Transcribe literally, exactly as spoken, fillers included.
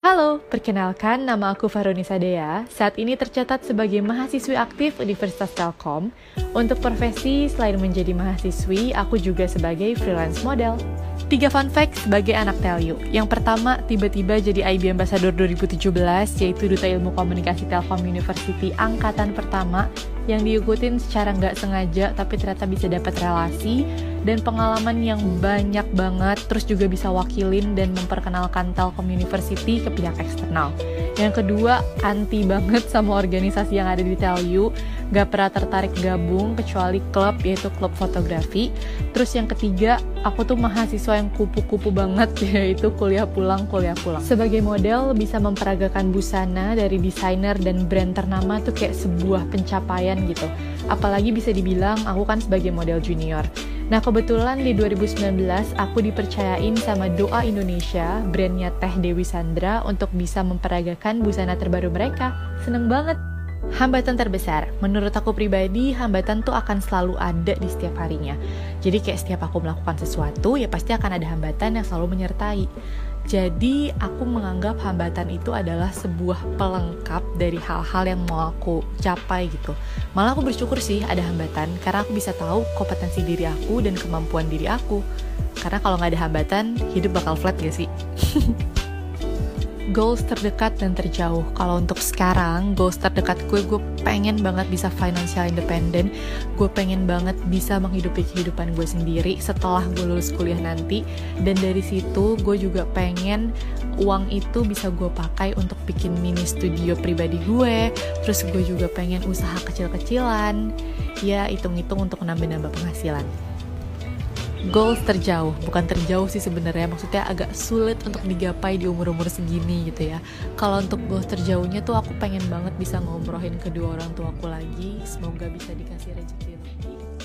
Halo, perkenalkan nama aku Farunisa Dea. Saat ini tercatat sebagai mahasiswi aktif Universitas Telkom. Untuk profesi, selain menjadi mahasiswi, aku juga sebagai freelance model. Tiga fun fact sebagai anak Telyu. Yang pertama, tiba-tiba jadi I B Ambassador dua ribu tujuh belas, yaitu Duta Ilmu Komunikasi Telkom University angkatan pertama, yang diikutin secara nggak sengaja, tapi ternyata bisa dapat relasi dan pengalaman yang banyak banget, terus juga bisa wakilin dan memperkenalkan Telkom University ke pihak eksternal. Yang kedua, anti banget sama organisasi yang ada di Telyu, gak pernah tertarik gabung kecuali klub, yaitu klub fotografi. Terus yang ketiga, aku tuh mahasiswa yang kupu-kupu banget, yaitu kuliah pulang, kuliah pulang. Sebagai model, bisa memperagakan busana dari desainer dan brand ternama tuh kayak sebuah pencapaian gitu. Apalagi bisa dibilang aku kan sebagai model junior. Nah kebetulan di dua ribu sembilan belas aku dipercayain sama Doa Indonesia, brandnya Teh Dewi Sandra, untuk bisa memperagakan busana terbaru mereka. Seneng banget. Hambatan terbesar, menurut aku pribadi, hambatan tuh akan selalu ada di setiap harinya. Jadi kayak setiap aku melakukan sesuatu, ya pasti akan ada hambatan yang selalu menyertai. Jadi aku menganggap hambatan itu adalah sebuah pelengkap dari hal-hal yang mau aku capai gitu. Malah aku bersyukur sih ada hambatan, karena aku bisa tahu kompetensi diri aku dan kemampuan diri aku. Karena kalau nggak ada hambatan, hidup bakal flat gak sih? Goals terdekat dan terjauh. Kalau untuk sekarang, goals terdekat gue, gue pengen banget bisa financial independent. Gue pengen banget bisa menghidupi kehidupan gue sendiri setelah gue lulus kuliah nanti. Dan dari situ, gue juga pengen uang itu bisa gue pakai untuk bikin mini studio pribadi gue. Terus gue juga pengen usaha kecil-kecilan. Ya, hitung-hitung untuk nambah-nambah penghasilan. Goals terjauh, bukan terjauh sih sebenarnya, maksudnya agak sulit untuk digapai di umur-umur segini gitu ya. Kalau untuk goals terjauhnya tuh aku pengen banget bisa ngomrohin kedua orang tuaku lagi, semoga bisa dikasih rezeki lebih.